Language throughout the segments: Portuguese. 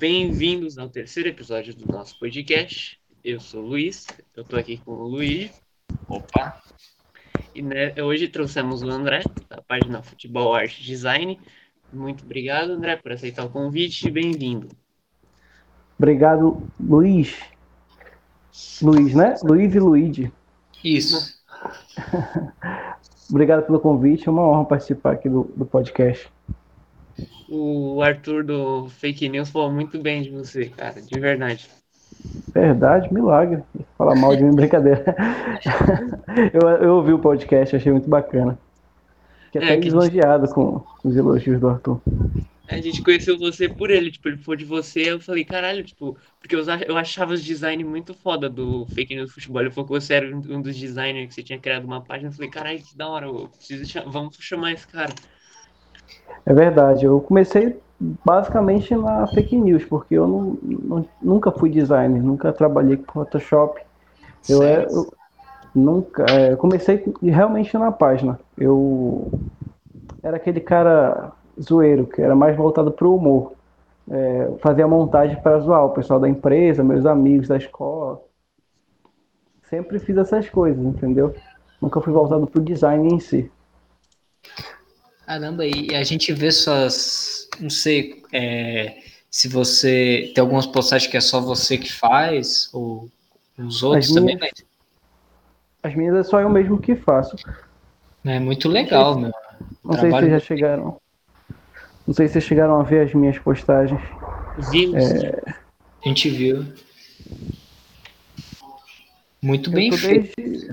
Bem-vindos ao terceiro episódio do nosso podcast. Eu sou o Luiz, eu tô aqui com o Luiz Opa, e hoje trouxemos o André, da página Futebol Arte Design. Muito obrigado, André, por aceitar o convite e bem-vindo. Obrigado, Luiz. Luiz, né? Luiz e Luigi. isso. Obrigado pelo convite. É uma honra participar aqui do podcast. O Arthur do Fake News falou muito bem de você, cara, de verdade. Verdade, milagre. Falar mal de mim, brincadeira. Eu ouvi o podcast, achei muito bacana. Fiquei até Que lisonjeado com os elogios do Arthur. a gente conheceu você por ele, tipo, ele falou de você, eu falei, caralho, tipo, porque eu achava os design muito foda do Fake News Futebol. Ele falou que você era um dos designers que você tinha criado uma página. Eu falei, caralho, que da hora, vamos chamar esse cara. É verdade, eu comecei basicamente na fake news, porque eu nunca fui designer, nunca trabalhei com Photoshop. Eu nunca. Comecei realmente na página. Eu era aquele cara zoeiro, que era mais voltado para o humor. Fazia montagem para zoar o pessoal da empresa, meus amigos da escola. Sempre fiz essas coisas, entendeu? Nunca fui voltado para o design em si. Caramba, e a gente vê suas. Não sei se você tem algumas postagens que é só você que faz, ou os As outros também, minhas, mas as minhas é só eu mesmo que faço. é muito Não sei legal, se, meu. não sei se Trabalho vocês já muito. chegaram. Não sei se vocês chegaram a ver as minhas postagens. Vimos. A gente viu. Muito Eu bem feito.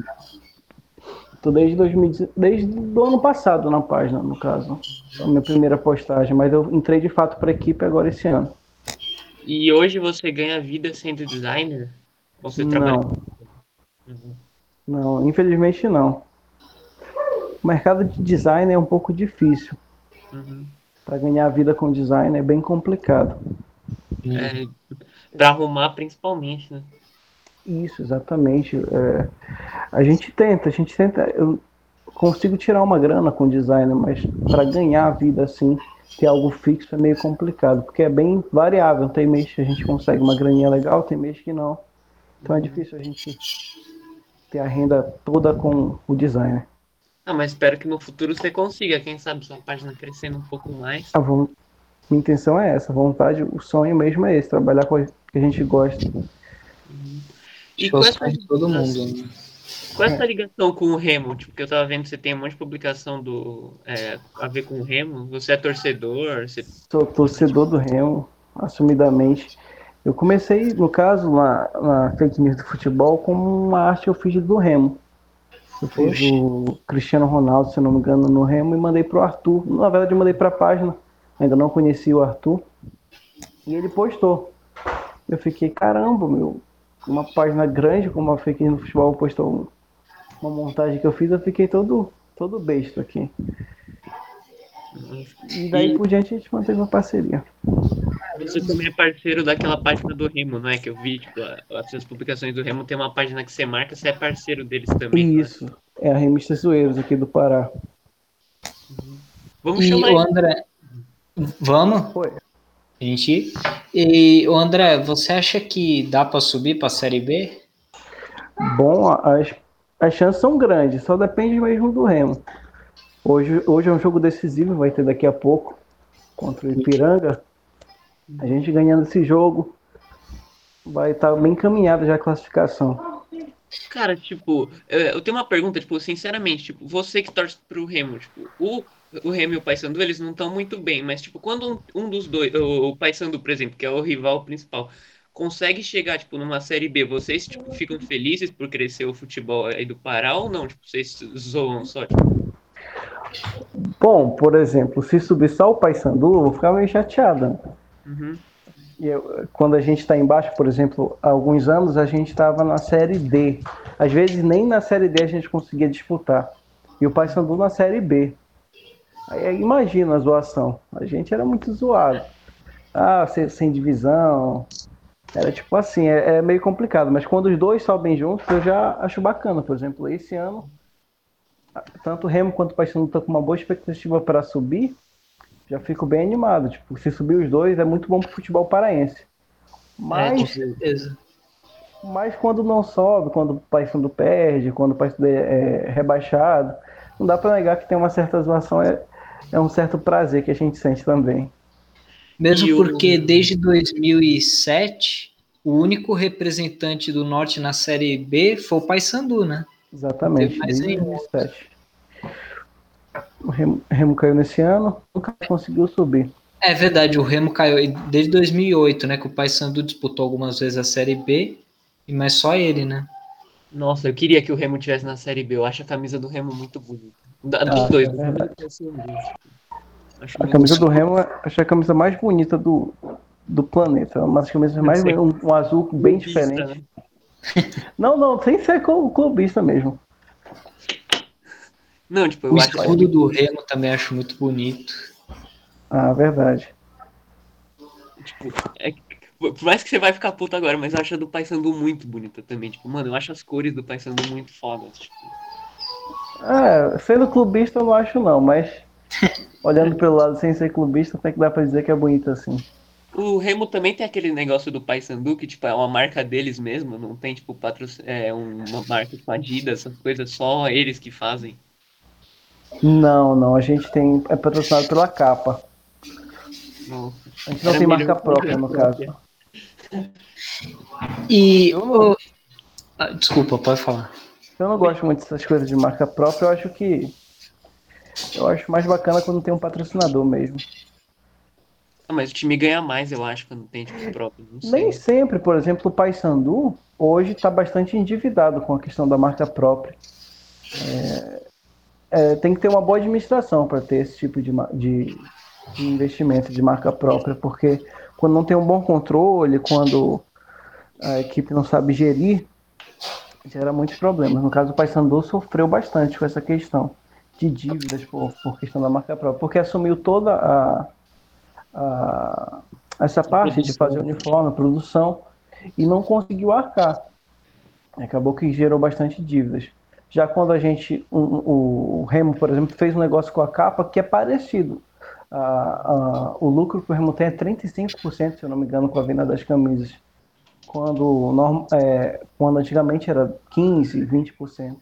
tô desde 2010, desde o ano passado na página, no caso. A minha primeira postagem, mas eu entrei de fato para a equipe agora esse ano. E hoje você ganha vida sendo designer? Ou você trabalha? Não, Uhum. não, infelizmente não. O mercado de design é um pouco difícil. Uhum. Para ganhar vida com design é bem complicado. É, pra arrumar principalmente, né? Isso, exatamente. A gente tenta. Eu consigo tirar uma grana com design, mas para ganhar a vida assim, ter algo fixo é meio complicado, porque é bem variável. Tem mês que a gente consegue uma graninha legal, tem mês que não. Então é Uhum. difícil a gente ter a renda toda com o design. Ah, mas espero que no futuro você consiga, quem sabe sua página crescendo um pouco mais. Minha intenção é essa, a vontade, o sonho mesmo é esse, trabalhar com o que a gente gosta. Uhum. Acho E que é o sonho de todo mundo, né? qual é a sua ligação com o Remo? Tipo, porque eu tava vendo que você tem um monte de publicação a ver com o Remo. Você é torcedor? Você Sou gosta de... torcedor do Remo, assumidamente. Eu comecei, no caso, na fake news do futebol, como uma arte que eu fiz do Remo. Eu fiz Oxe, o Cristiano Ronaldo, se não me engano, no Remo e mandei pro Arthur. Na verdade, eu mandei pra página. Ainda não conhecia o Arthur. E ele postou. Eu fiquei, caramba, meu. Uma página grande como a fake news do futebol postou uma montagem que eu fiz. Eu fiquei todo besta aqui. E daí E por diante a gente manteve uma parceria. você também é parceiro daquela página do Remo, não é? Que eu vi, tipo, as suas publicações do Remo tem uma página que você marca, você é parceiro deles também, não é? Isso, é a Revista Zoeiros aqui do Pará. Uhum. Vamos e chamar o ele. André, vamos? Foi. A gente. E o André, você acha que dá para subir para a Série B? Bom, as chances são grandes, só depende mesmo do Remo. Hoje é um jogo decisivo, vai ter daqui a pouco contra o Ipiranga. A gente ganhando esse jogo vai estar bem encaminhada já a classificação. Cara, tipo, eu tenho uma pergunta, tipo, sinceramente, tipo, você que torce pro Remo, tipo, o Remo e o Paysandu, eles não estão muito bem, mas, tipo, quando um dos dois, o Paysandu, por exemplo, que é o rival principal, consegue chegar, tipo, numa Série B, vocês, tipo, ficam felizes por crescer o futebol aí do Pará ou não? Tipo, vocês zoam só, tipo, Bom, por exemplo, se subir só o Paysandu, eu vou ficar meio chateada. Né? uhum, Quando a gente está embaixo, por exemplo, há alguns anos a gente estava na Série D. Às vezes nem na Série D a gente conseguia disputar. E o Paysandu na Série B. Aí imagina a zoação. A gente era muito zoado. Ah, sem divisão. Era tipo assim, é meio complicado. Mas quando os dois sobem juntos, eu já acho bacana. Por exemplo, esse ano, tanto o Remo quanto o Paysandu estão com uma boa expectativa para subir. já fico bem animado. Tipo, se subir os dois é muito bom pro futebol paraense. Com Mas, certeza. mas quando não sobe, quando o Paysandu perde, quando o Paysandu é rebaixado, não dá pra negar que tem uma certa zoação, é um certo prazer que a gente sente também. Mesmo E porque o. desde 2007, o único representante do Norte na Série B foi o Paysandu, né? Não teve Exatamente, mais desde nenhum. 2007. O Remo caiu nesse ano, nunca conseguiu subir. É verdade, o Remo caiu desde 2008, né? Que o Paysandu disputou algumas vezes a Série B, mas só ele, né? Nossa, eu queria que o Remo tivesse na Série B. Eu acho a camisa do Remo muito bonita. Dos Ah, dois, é do Remo e do verdade. Paysandu. Acho A muito camisa Os, do Remo, achei a camisa mais bonita do planeta. Uma das camisas mais ser bonitas, um azul bem clubista, diferente. né? Não, não, sem ser clubista mesmo. Não, tipo, o eu acho escudo muito do bonito. Remo também acho muito bonito. Ah, verdade. Tipo, por mais que você vai ficar puto agora, mas eu acho a do Paysandu muito bonita também. Tipo, mano, eu acho as cores do Paysandu muito fodas. Tipo, Sendo clubista eu não acho não, mas olhando pelo lado sem ser clubista, até que dá pra dizer que é bonito assim. o Remo também tem aquele negócio do Paysandu, que, tipo, é uma marca deles mesmo, não tem, tipo, uma marca tipo Adidas, essas coisas, só eles que fazem. Não, não, a gente é patrocinado pela capa. Nossa, A gente não era tem melhor marca ter própria a no caso. própria. E. Eu não, Desculpa, pode falar. eu não gosto muito dessas coisas de marca própria, eu acho mais bacana quando tem um patrocinador mesmo. Ah, mas o time ganha mais, eu acho, quando tem, tipo, próprio, não Nem sei. sempre, por exemplo, o Paysandu hoje está bastante endividado com a questão da marca própria. Tem que ter uma boa administração para ter esse tipo de investimento de marca própria, porque quando não tem um bom controle, quando a equipe não sabe gerir, gera muitos problemas. No caso, o Paysandu sofreu bastante com essa questão de dívidas por questão da marca própria, porque assumiu toda a- essa A parte de fazer produção. uniforme, produção, e não conseguiu arcar. Acabou que gerou bastante dívidas. Já quando o Remo, por exemplo, fez um negócio com a capa que é parecido. O lucro que o Remo tem é 35%, se eu não me engano, com a venda das camisas. Quando antigamente era 15%, 20%.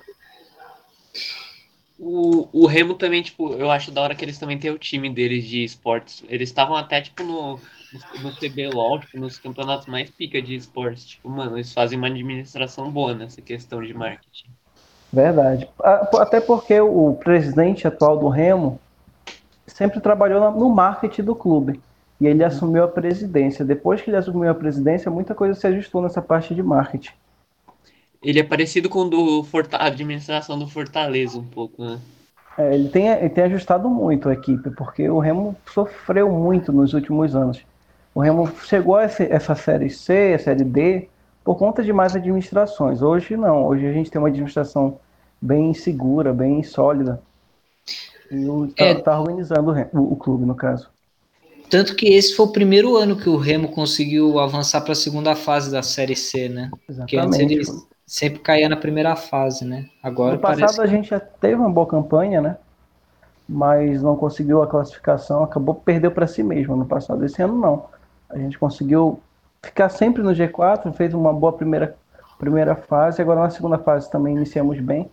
O Remo também, tipo, eu acho da hora que eles também têm o time deles de esportes. Eles estavam até, tipo, no CBLOL, tipo, nos campeonatos mais pica de esportes. Tipo, mano, eles fazem uma administração boa nessa questão de marketing. Verdade. Até porque o presidente atual do Remo sempre trabalhou no marketing do clube. E ele Uhum. assumiu a presidência. Depois que ele assumiu a presidência, muita coisa se ajustou nessa parte de marketing. Ele é parecido com a administração do Fortaleza um pouco, né? Ele tem ajustado muito a equipe, porque o Remo sofreu muito nos últimos anos. O Remo chegou a essa Série C, a Série D, por conta de mais administrações. Hoje não, hoje a gente tem uma administração bem segura, bem sólida, e É, tá organizando o clube, no caso. tanto que esse foi o primeiro ano que o Remo conseguiu avançar para a segunda fase da Série C, né? Porque antes Exatamente. ele sempre caía na primeira fase, né? No Agora passado parece a que. gente já teve uma boa campanha, né? Mas não conseguiu a classificação, perdeu para si mesmo no passado. Esse ano não. A gente conseguiu ficar sempre no G4, fez uma boa primeira fase, agora na segunda fase também iniciamos bem.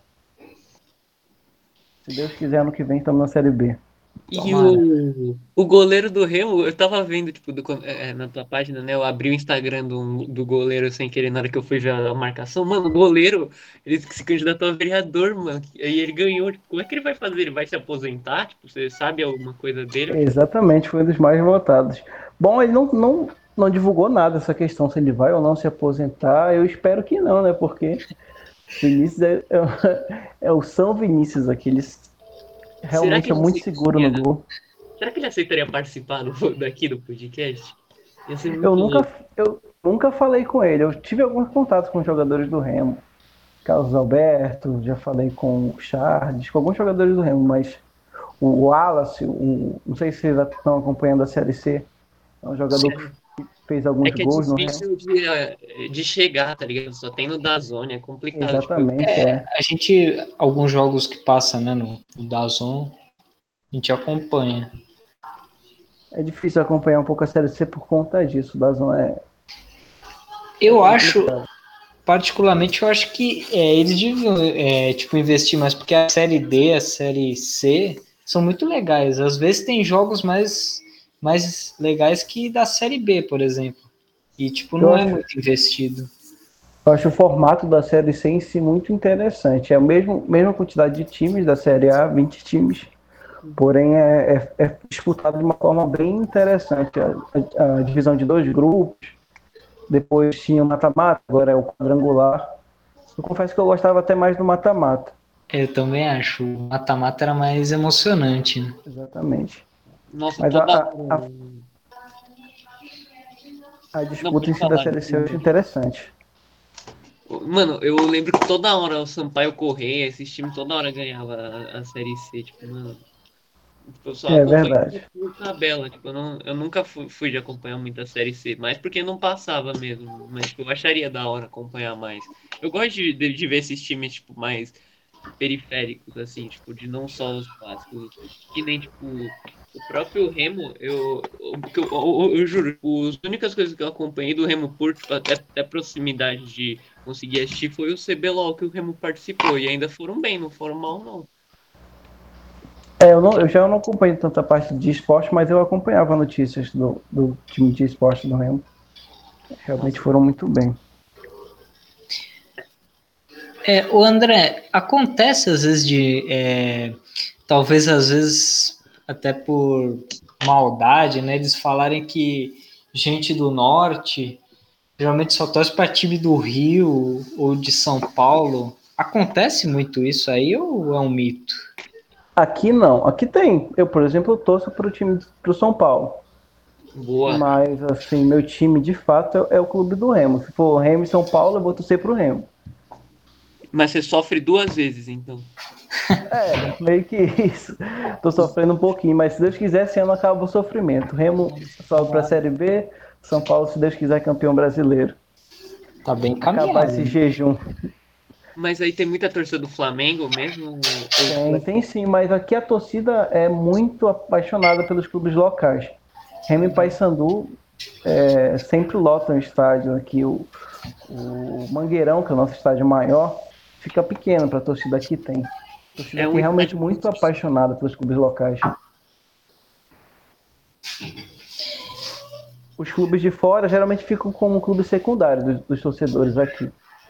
Se Deus quiser, ano que vem estamos na Série B. E Tomara. o goleiro do Remo, eu tava vendo, tipo, na tua página, né? Eu abri o Instagram do goleiro sem querer na hora que eu fui ver a marcação. Mano, o goleiro, ele se candidatou a vereador, mano. Aí ele ganhou. Tipo, como é que ele vai fazer? Ele vai se aposentar? Tipo, você sabe alguma coisa dele? Exatamente, foi um dos mais votados. Bom, ele não divulgou nada essa questão, se ele vai ou não se aposentar. Eu espero que não, né? Porque Vinícius é o São Vinícius aqui. Ele Será que realmente é ele muito seguro no aceitaria? gol. Será que ele aceitaria participar daqui do podcast? Ia ser Eu muito nunca, louco. eu nunca falei com ele. Eu tive alguns contatos com os jogadores do Remo. Carlos Alberto, já falei com o Charles, com alguns jogadores do Remo, mas o Wallace, não sei se vocês estão acompanhando a Série C, é um jogador que fez É alguns que é gols no Remo. difícil de chegar, tá ligado? Só tem no DAZN, é complicado. Tipo, Exatamente, é. A gente, alguns jogos que passa, né, no DAZN, a gente acompanha. É difícil acompanhar um pouco a Série C por conta disso. O Dazon Eu acho, complicado. particularmente, eu acho que eles deviam tipo, investir mais, porque a Série D, a Série C são muito legais. Às vezes tem jogos mais legais que da Série B, por exemplo. E, tipo, Eu não é acho, muito investido. eu acho o formato da Série C em si muito interessante. É a mesma quantidade de times da Série A, 20 times, porém é disputado de uma forma bem interessante. A divisão de 2 grupos, depois tinha o mata-mata, agora é o quadrangular. Eu confesso que eu gostava até mais do mata-mata. Eu também acho. O mata-mata era mais emocionante, né? Exatamente. Nossa, Mas toda a, hora. a Não, disputa pode em si da falar, Série C eu acho desculpa. interessante. Mano, eu lembro que toda hora o Sampaio Corrêa, esses times toda hora ganhava a Série C, tipo, mano. Tipo, eu só É acompanho verdade. por tabela, tipo, eu nunca fui de acompanhar muito a Série C, mais porque não passava mesmo, mas tipo, eu acharia da hora acompanhar mais. Eu gosto de ver esses times, tipo, mais periféricos, assim, tipo, de não só os clássicos, que nem, tipo, o próprio Remo, eu juro, tipo, as únicas coisas que eu acompanhei do Remo por, tipo, até proximidade de conseguir assistir foi o CBLOL que o Remo participou, e ainda foram bem, não foram mal, não. Eu já não acompanho tanta parte de esporte, mas eu acompanhava notícias do time de esporte do Remo. Realmente Nossa. foram muito bem. O André, acontece às vezes talvez às vezes até por maldade, né? Eles falarem que gente do norte geralmente só torce para time do Rio ou de São Paulo. Acontece muito isso aí ou é um mito? Aqui não. Aqui tem. Eu, por exemplo, eu torço para o time pro São Paulo. Boa. Mas, assim, meu time de fato é o clube do Remo. Se for Remo e São Paulo, eu vou torcer pro Remo. Mas você sofre duas vezes, então. É, meio que isso. Tô sofrendo um pouquinho, mas se Deus quiser, esse ano acaba o sofrimento. Remo sobe pra Série B, São Paulo, se Deus quiser, campeão brasileiro. Tá bem Acabar encaminhado, esse né? jejum. Mas aí tem muita torcida do Flamengo mesmo? Ou Tem sim, mas aqui a torcida é muito apaixonada pelos clubes locais. Remo e Paysandu sempre lotam o estádio aqui. O Mangueirão, que é o nosso estádio maior, fica pequeno para a torcida aqui tem. A torcida é aqui um é realmente estádio muito muito. apaixonada pelos clubes locais. Os clubes de fora geralmente ficam como clube secundário dos torcedores aqui.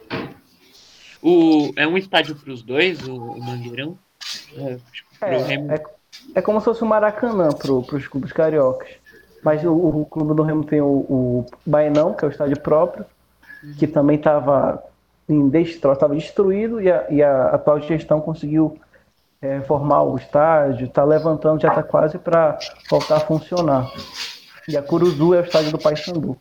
É um estádio para os dois, o Mangueirão? É, tipo, pro É, Remo. é, é como se fosse o Maracanã para os clubes cariocas. Mas Uhum, o clube do Remo tem o Bainão, que é o estádio próprio, que uhum. também estava estava destruído e a atual gestão conseguiu reformar o estádio, está levantando, já está quase para voltar a funcionar. E a Curuzu é o estádio do Paysandu.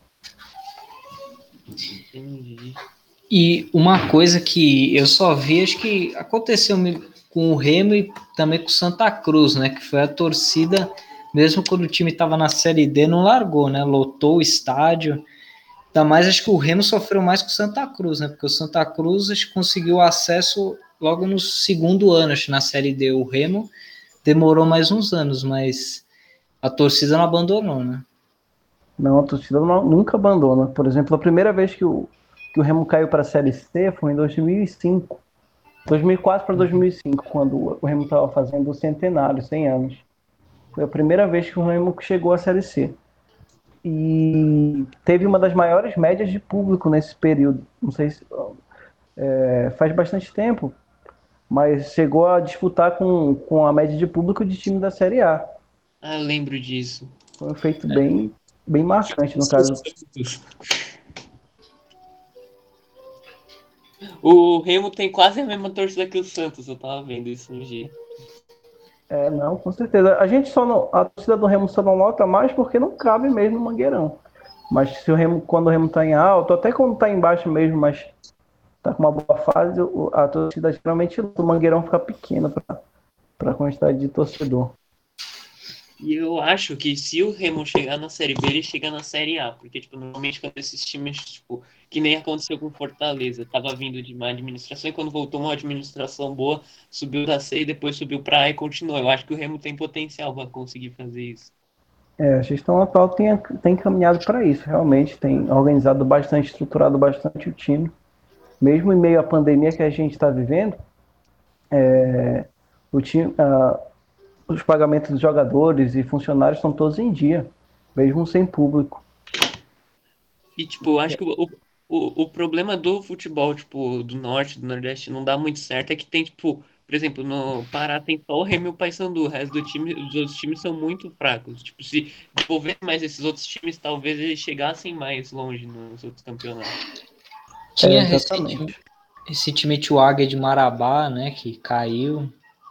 Entendi. E uma coisa que eu só vi, acho que aconteceu com o Remo e também com o Santa Cruz, né? Que foi a torcida, mesmo quando o time estava na Série D, não largou, né? Lotou o estádio. Ainda mais acho que o Remo sofreu mais com o Santa Cruz, né? Porque o Santa Cruz acho que conseguiu acesso logo no segundo ano, acho, na Série D. O Remo demorou mais uns anos, mas a torcida não abandonou, né? Não, a torcida nunca abandona. Por exemplo, a primeira vez que o Remo caiu para a Série C foi em 2005. 2004 para 2005, quando o Remo estava fazendo o centenário, 100 anos. Foi a primeira vez que o Remo chegou à Série C. E teve uma das maiores médias de público nesse período. Não sei se faz bastante tempo, mas chegou a disputar com a média de público de time da Série A. Ah, eu lembro disso. Foi um feito bem marcante, no caso. O Remo tem quase a mesma torcida que o Santos, eu tava vendo isso um dia. Não, com certeza. A gente só não, a torcida do Remo só não nota mais porque não cabe mesmo no Mangueirão. Mas se o Remo, quando o Remo tá em alto, até quando tá embaixo mesmo, mas tá com uma boa fase, a torcida geralmente o Mangueirão fica pequeno para a quantidade de torcedor. E eu acho que se o Remo chegar na Série B, ele chega na Série A. Porque, tipo, normalmente quando esses times, tipo, que nem aconteceu com o Fortaleza, tava vindo de má administração e quando voltou uma administração boa, subiu da C e depois subiu pra A e continuou. Eu acho que o Remo tem potencial para conseguir fazer isso. A gestão atual tem caminhado para isso, realmente, tem organizado bastante, estruturado bastante o time. Mesmo em meio à pandemia que a gente está vivendo, o time, os pagamentos dos jogadores e funcionários estão todos em dia, mesmo sem público. E, tipo, acho que o problema do futebol, tipo, do norte, do nordeste, não dá muito certo, é que tem, tipo, por exemplo, no Pará tem só o Remo e o Paysandu, o resto do time, os outros times são muito fracos. Tipo, se desenvolver mais esses outros times, talvez eles chegassem mais longe nos outros campeonatos. Tinha Exatamente. esse time Águia de Marabá, né, que caiu.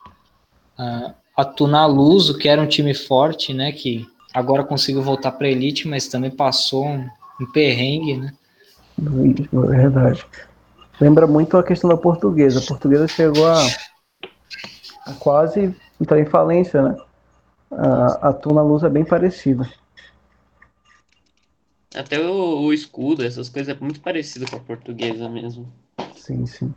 A Tunaluso, que era um time forte, né, que agora conseguiu voltar para a elite, mas também passou um perrengue, né? É verdade. Lembra muito a questão da Portuguesa. A Portuguesa chegou a quase entrar em falência, né? A Tuna Luz é bem parecida. Até o escudo, essas coisas é muito parecido com a portuguesa mesmo. Sim, sim.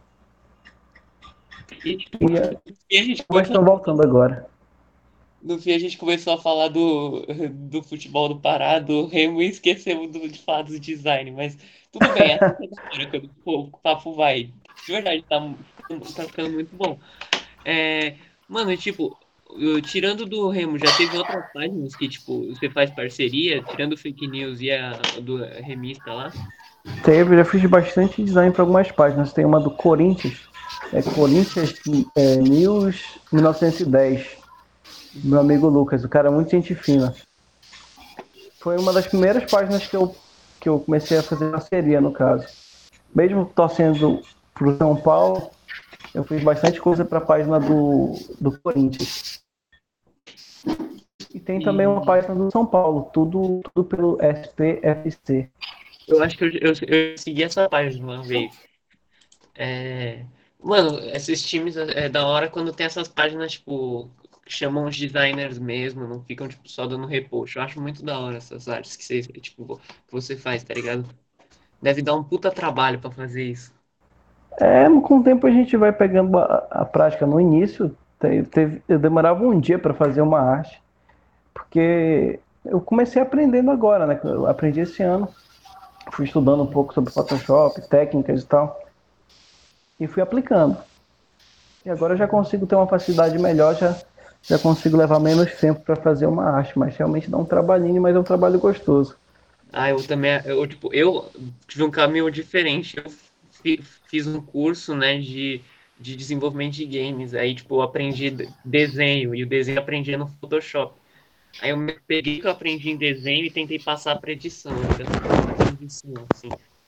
E, tipo, E e a gente mas começou estão voltando agora. no fim, a gente começou a falar do futebol do Pará, do Remo e esquecemos de falar do design. Mas tudo bem, essa é a história quando o papo vai. De verdade, tá ficando muito bom. É, mano, tipo, tirando do Remo, já teve outras páginas que, tipo, você faz parceria, tirando o Fake News e a do remista lá? Já fiz bastante design para algumas páginas. Tem uma do Corinthians, Corinthians News 1910. Meu amigo Lucas, o cara é muito gente fina. Foi uma das primeiras páginas que eu comecei a fazer parceria, no caso. Mesmo torcendo pro São Paulo, eu fiz bastante coisa para a página do Corinthians. E tem também uma E página do São Paulo, tudo pelo SPFC. eu acho que eu segui essa página uma vez. É, mano, esses times é da hora quando tem essas páginas, tipo, que chamam os designers mesmo, não ficam, tipo, só dando repost. Eu acho muito da hora essas artes que você faz, tá ligado? Deve dar um puta trabalho pra fazer isso. Com o tempo a gente vai pegando a prática. No início, eu demorava um dia para fazer uma arte, porque eu comecei aprendendo agora, né? Eu aprendi esse ano, fui estudando um pouco sobre Photoshop, técnicas e tal, e fui aplicando. E agora eu já consigo ter uma facilidade melhor, já consigo levar menos tempo para fazer uma arte, mas realmente dá um trabalhinho, mas é um trabalho gostoso. Ah, eu também, tipo, eu tive um caminho diferente. Eu fiz um curso, né, de desenvolvimento de games. Aí, tipo, eu aprendi desenho, e o desenho eu aprendi no Photoshop. Aí eu peguei o que eu aprendi em desenho e tentei passar para edição, para transição, assim.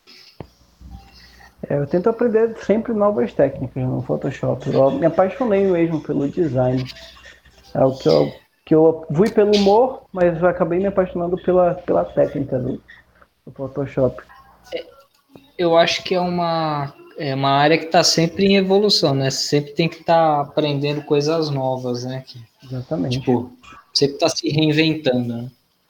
Eu tento aprender sempre novas técnicas no Photoshop. Eu me apaixonei mesmo pelo design. É o que eu fui pelo humor, mas eu acabei me apaixonando pela técnica do Photoshop. Eu acho que é uma área que está sempre em evolução, né? Sempre tem que estar aprendendo coisas novas, né? Exatamente. Tipo, sempre está se reinventando, né?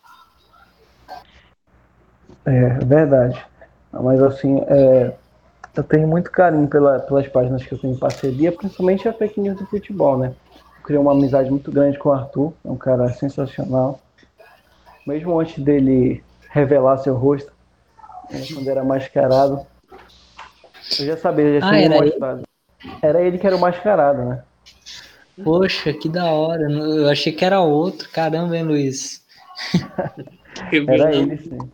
É verdade. Mas assim, eu tenho muito carinho pelas páginas que eu tenho em parceria, principalmente a fake news do futebol, né? Eu criei uma amizade muito grande com o Arthur, é um cara sensacional. Mesmo antes dele revelar seu rosto, quando era mascarado, eu já sabia, ele já tinha Ah, me era ele? mostrado. Era ele que era o mascarado, né? Poxa, que da hora. Eu achei que era outro. Caramba, hein, Luiz? Era Revelando. ele, sim.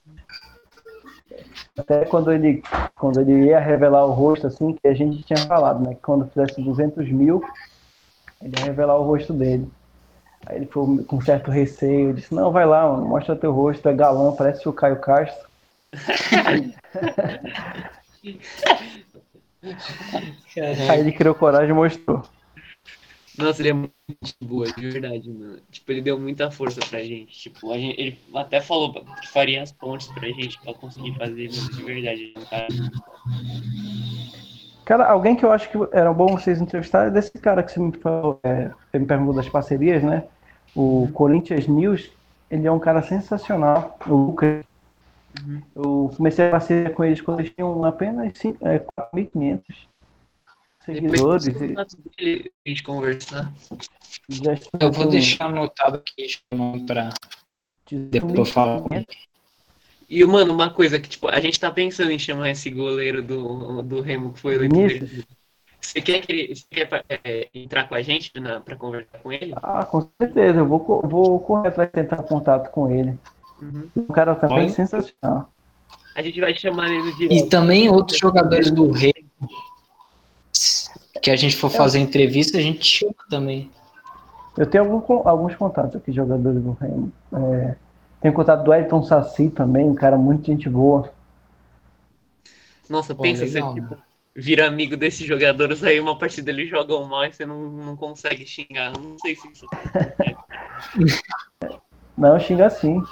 Até quando ele ia revelar o rosto, assim, que a gente tinha falado, né? Que quando fizesse 200 mil, ele ia revelar o rosto dele. Aí ele foi com certo receio, disse, não, vai lá, mano, mostra teu rosto, é galã, parece o Caio Castro. Aí Caraca. ele criou coragem e mostrou. Nossa, ele é muito boa, de verdade, mano. Tipo, ele deu muita força pra gente. Tipo, ele até falou que faria as pontes pra gente pra conseguir fazer, mano, de verdade. Ele é um cara muito bom. Cara, alguém que eu acho que era bom vocês entrevistarem é desse cara que você me falou, você me perguntou das parcerias, né? O Uhum, Corinthians News, ele é um cara sensacional. O Lucas, uhum. eu comecei a parceria com eles quando eles tinham apenas 4.500 Depois passa seguidores o e contato dele pra gente conversar. já Eu estão vou com, deixar anotado aqui o nome para Depois eu falo. E, mano, uma coisa que, tipo, a gente tá pensando em chamar esse goleiro do Remo que foi eleito Vinícius? dele. Você quer entrar com a gente pra conversar com ele? Ah, com certeza. Eu vou correr atrás de tentar contato com ele. Uhum. Um cara também Olha. sensacional. A gente vai chamar ele no E direct. também outros jogadores do Rei que a gente for fazer entrevista, a gente chama também. Eu tenho alguns contatos aqui, jogadores do Remo. Tenho contato do Ayrton Saci também, um cara muito gente boa. Nossa, Pô, pensa, você, legal. tipo, vira amigo desses jogadores, aí uma partida eles jogam mal e você não consegue xingar. Eu não sei se isso acontece. Não, xinga assim.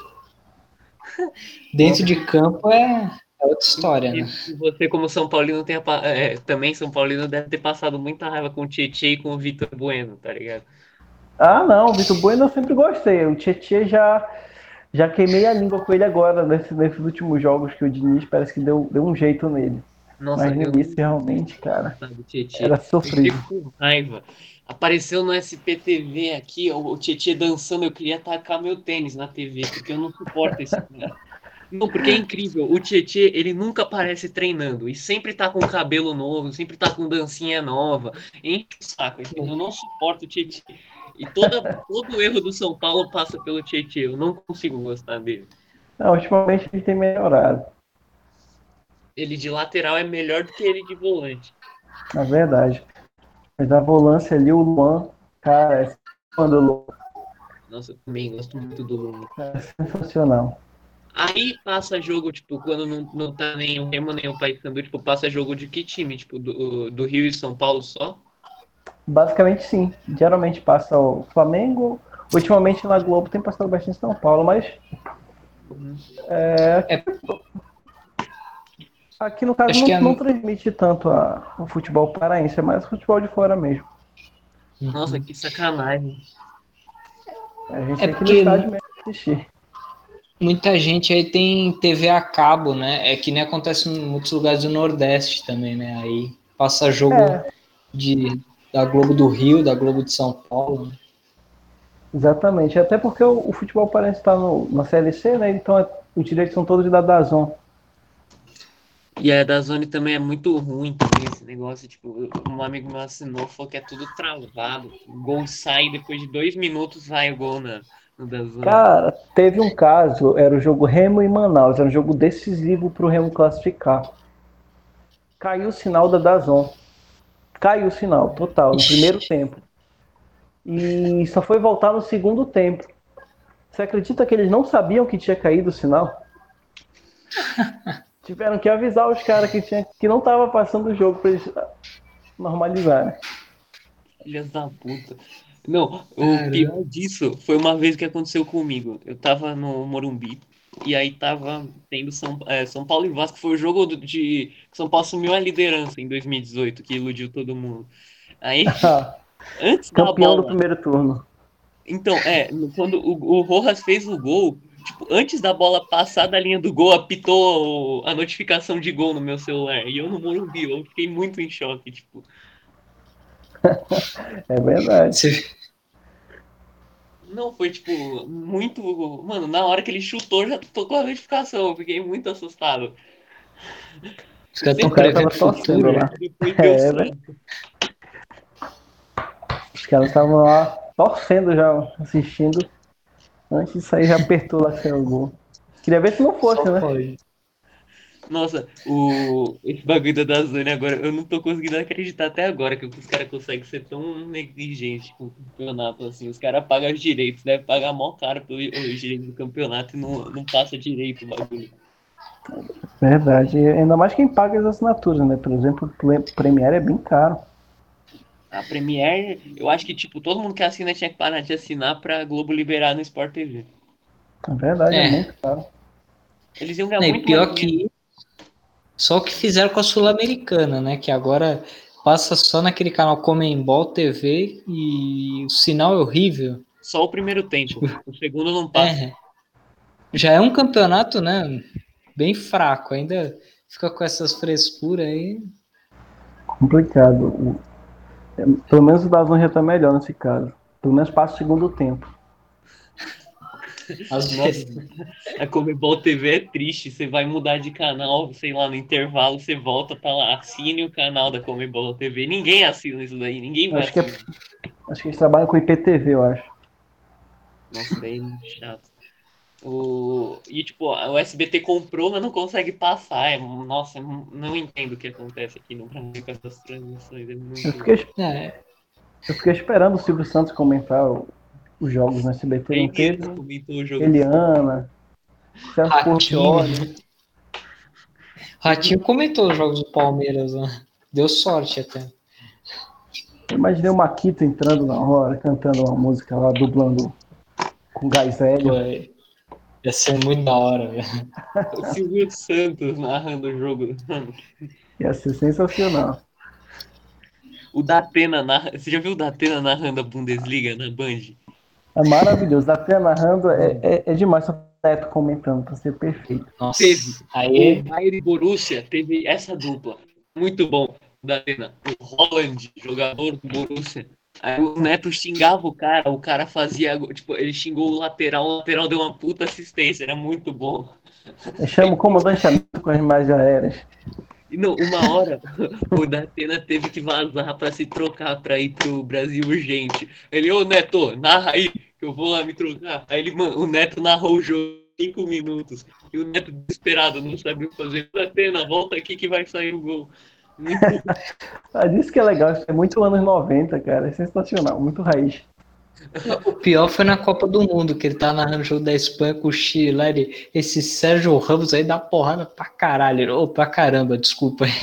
Dentro de campo é outra história, né? E você, como São Paulino, também São Paulino deve ter passado muita raiva com o Tietchan e com o Vitor Bueno, tá ligado? Ah, não, o Vitor Bueno eu sempre gostei. O Tietchan já queimei a língua com ele agora, nesses últimos jogos que o Diniz parece que deu um jeito nele. Nossa, Mas no eu início, não realmente, cara, gostava do Tietchan. era Eu fiquei sofrível. com raiva. Apareceu no SPTV aqui, ó, o Tietchan dançando, eu queria tacar meu tênis na TV, porque eu não suporto esse cara. Não, porque é incrível. O Tietchan, ele nunca aparece treinando e sempre tá com cabelo novo, sempre tá com dancinha nova. Enche o saco, entendeu? Eu não suporto o Tietchan. E todo erro do São Paulo passa pelo Tietchan. Eu não consigo gostar dele. Não, ultimamente ele tem melhorado, Ele de lateral é melhor do que ele de volante. na verdade. Mas a volância ali, o Luan, cara, é Nossa, eu também gosto muito do Lula. sensacional. Aí passa jogo, tipo, quando não tá nem o Remo nem o Paysandu, tipo, passa jogo de que time? Tipo, do Rio e São Paulo só? Basicamente, sim. Geralmente passa o Flamengo. Ultimamente na Globo tem passado bastante São Paulo, mas Uhum. É, aqui no caso acho que não transmite tanto o futebol paraense, é mais o futebol de fora mesmo. Nossa, que sacanagem. A gente é tem que ir no porque estádio mesmo assistir. muita gente aí tem TV a cabo, né? É que nem acontece em muitos lugares do Nordeste também, né? Aí passa jogo É, da Globo do Rio, da Globo de São Paulo, né? exatamente. Até porque o futebol paraense está na CLC, né? Então os direitos são todos da DAZN. E a da Zone também é muito ruim também, esse negócio, tipo, um amigo meu assinou, falou que é tudo travado. O gol sai, depois de 2 minutos vai o gol no da Zone. Cara, teve um caso, era o jogo Remo e Manaus, era um jogo decisivo para o Remo classificar. Caiu o sinal da DAZN. Caiu o sinal, total, no primeiro Ixi, tempo. E só foi voltar no segundo tempo. Você acredita que eles não sabiam que tinha caído o sinal? Tiveram que avisar os caras que não tava passando o jogo para eles normalizarem. Filhas da puta. Não, o caramba. pior disso foi uma vez que aconteceu comigo. Eu tava no Morumbi e aí tava tendo São Paulo e Vasco. Foi o jogo de que São Paulo assumiu a liderança em 2018, que iludiu todo mundo. Aí, antes da Campeão do bola. primeiro turno. Então, quando o Rojas fez o gol, tipo, antes da bola passar da linha do gol, apitou a notificação de gol no meu celular. E eu no Morumbi, eu fiquei muito em choque, tipo. É verdade. Você, Não, foi tipo, muito. Mano, na hora que ele chutou, já tocou a notificação. Eu fiquei muito assustado. os Eu caras Os estão sempre caras fico estavam prevendo o torcendo futuro, né? lá. assustado, depois deu É, velho. certo. Os caras estavam lá torcendo já, assistindo. Antes disso aí já apertou lá sem o gol. Queria ver se não Só fosse, né? pode. Nossa, esse bagulho da Dazone agora, eu não tô conseguindo acreditar até agora que os caras conseguem ser tão negligentes com o campeonato assim. Os caras pagam os direitos, deve pagar mó caro pelos direitos do campeonato e não passa direito o bagulho. Verdade. E ainda mais quem paga as assinaturas, né? Por exemplo, o Premiere é bem caro. A Premiere, eu acho que tipo, todo mundo que assina tinha que parar de assinar pra Globo liberar no Sport TV. É verdade, é É, muito caro. Eles iam ganhar né, e muito mais pior dinheiro. que só o que fizeram com a Sul-Americana, né? Que agora passa só naquele canal Comembol TV e o sinal é horrível. Só o primeiro tempo. O segundo não passa. É, já é um campeonato, né? Bem fraco, ainda fica com essas frescuras aí. Complicado. Pelo menos o Dazon já tá melhor nesse caso. Pelo menos passa o segundo tempo. Às Nossa, vezes. a Comebol TV é triste. Você vai mudar de canal, sei lá, no intervalo, você volta, tá lá, assine o canal da Comebol TV. Ninguém assina isso daí, ninguém vai Acho que, assinar. acho que eles trabalham com IPTV, eu acho. Nossa, daí é muito chato. E tipo, o SBT comprou, mas não consegue passar. Nossa, não entendo o que acontece aqui no Brasil com essas transmissões. É Eu muito. fiquei, É, eu fiquei esperando o Silvio Santos comentar os jogos no SBT, não Ele teve. comentou o jogo do Flamengo. Eliana, Celso Ratinho. Portiolli. Ratinho comentou os jogos do Palmeiras, né? Deu sorte até. Eu imaginei o Maquito entrando na hora, cantando uma música lá, dublando com gás Pô, hélio. ia ser muito da hora, velho. O Silvio Santos narrando o jogo. Mano, Ia ser sensacional. o Datena narra. Você já viu o Datena narrando a Bundesliga na Band? É maravilhoso. Até narrando é demais. Só o Neto comentando para ser perfeito. Teve. Nossa, O aí Bayern e Borussia teve essa dupla. Muito bom. O Datena. O Holland, jogador do Borussia. Aí o Neto xingava o cara fazia. Tipo, ele xingou o lateral deu uma puta assistência. Era muito bom. Eu chamo o comandante Hamilton com as imagens aéreas. E não, uma hora o Datena teve que vazar pra se trocar pra ir pro Brasil urgente. Ele, ô Neto, narra aí, que eu vou lá me trocar. Aí ele, mano, o Neto narrou o jogo em 5 minutos. E o Neto desesperado, não sabia o que fazer. Datena, volta aqui que vai sair o gol. Muito. Ah, disso que é legal, isso é muito anos 90, cara. É sensacional, muito raiz. o pior foi na Copa do Mundo, que ele tá narrando o jogo da Espanha com o Chile. Lá esse Sérgio Ramos aí dá porrada pra caralho. Ou pra caramba, desculpa aí.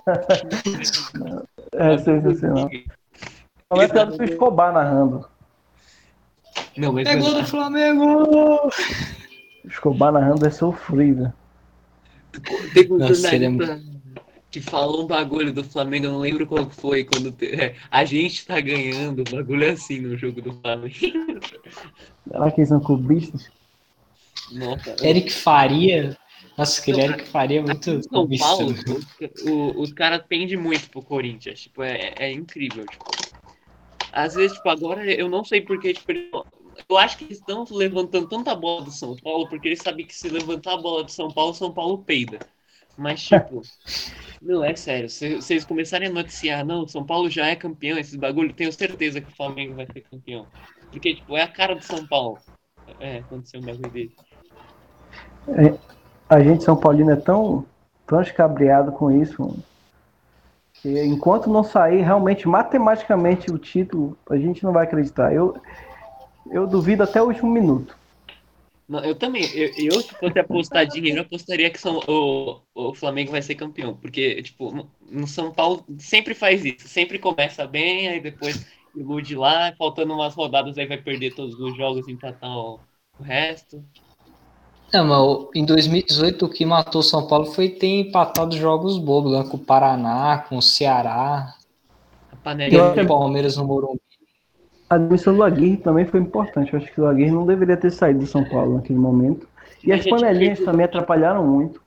É sensacional. Não é pior do que o Escobar narrando. Não, mas É gol mano, do Flamengo! O Escobar narrando é sofrível. teve um Nossa, ele é jornalista que falou um bagulho do Flamengo, eu não lembro qual foi, a gente tá ganhando, o bagulho é assim no jogo do Flamengo. Será que eles são clubistas? Nossa, Eric Faria. Nossa, aquele não, Eric Faria é aqui muito em São absurdo. Paulo, os caras pendem muito pro Corinthians, tipo, é incrível, tipo. Às vezes, tipo, agora eu não sei porque, tipo, eu acho que eles estão levantando tanta bola do São Paulo, porque eles sabem que se levantar a bola do São Paulo peida. Mas, tipo, não, é sério, se eles começarem a noticiar, não, São Paulo já é campeão, esses bagulho, tenho certeza que o Flamengo vai ser campeão. Porque, tipo, é a cara do São Paulo. Aconteceu um bagulho desse. A gente, São Paulino, é tão escabriado com isso. Que enquanto não sair realmente, matematicamente, o título, a gente não vai acreditar. Eu duvido até o último minuto. Não, eu também. Se fosse apostar dinheiro, eu apostaria que o Flamengo vai ser campeão. Porque, tipo, no São Paulo sempre faz isso. Sempre começa bem, aí depois ilude lá, faltando umas rodadas, aí vai perder todos os jogos e empatar o resto. Não, mas em 2018 o que matou São Paulo foi ter empatado jogos bobos lá com o Paraná, com o Ceará. A Eu panelinha acho de. Teve o que Palmeiras no Morumbi. a admissão do Aguirre também foi importante. Eu acho que o Aguirre não deveria ter saído do São Paulo naquele momento. E Mas as já tinha panelinhas perdido. também atrapalharam muito.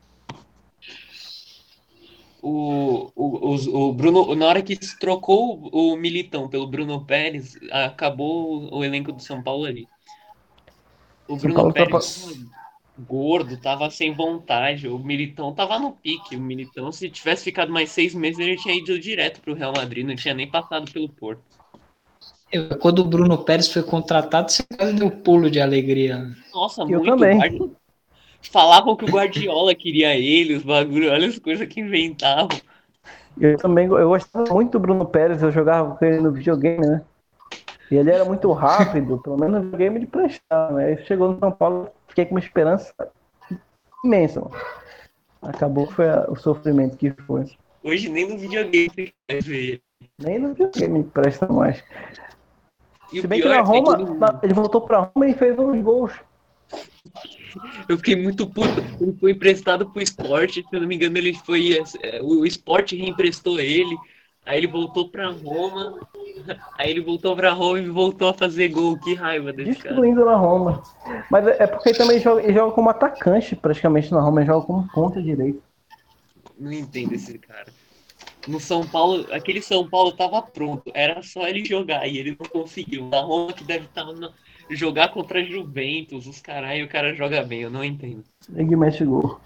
O Bruno, na hora que se trocou o Militão pelo Bruno Pérez, acabou o elenco do São Paulo ali. O São Bruno Paulo Pérez atrapalhou. tava gordo, tava sem vontade. O Militão tava no pique. O Militão, se tivesse ficado mais 6 meses, ele tinha ido direto pro Real Madrid, não tinha nem passado pelo Porto. Quando o Bruno Pérez foi contratado, você quase deu um pulo de alegria. Nossa, Eu muito também. guarda. Falavam que o Guardiola queria ele, os bagulho, olha as coisas que inventavam. Eu também. Eu gostava muito do Bruno Pérez. Eu jogava com ele no videogame, né? E ele era muito rápido, pelo menos no videogame ele prestava, né? Aí chegou no São Paulo, fiquei com uma esperança imensa, mano. Acabou que foi o sofrimento que foi. Hoje nem no videogame você quer ver. Nem no videogame presta mais. E Se o bem que na pior é que Roma, ele voltou pra Roma e fez uns gols. eu fiquei muito puto. Ele foi emprestado pro esporte, se eu não me engano, o esporte reemprestou ele. Aí ele voltou pra Roma. Aí ele voltou pra Roma e voltou a fazer gol. Que raiva desse cara. Destruindo na Roma. Mas é porque ele também joga como atacante praticamente na Roma, ele joga como ponta direito. Não entendo esse cara. No São Paulo, aquele São Paulo tava pronto. Era só ele jogar e ele não conseguiu. Na Roma que deve estar jogar contra a Juventus, os caralho, o cara joga bem, eu não entendo. Ele mete gol.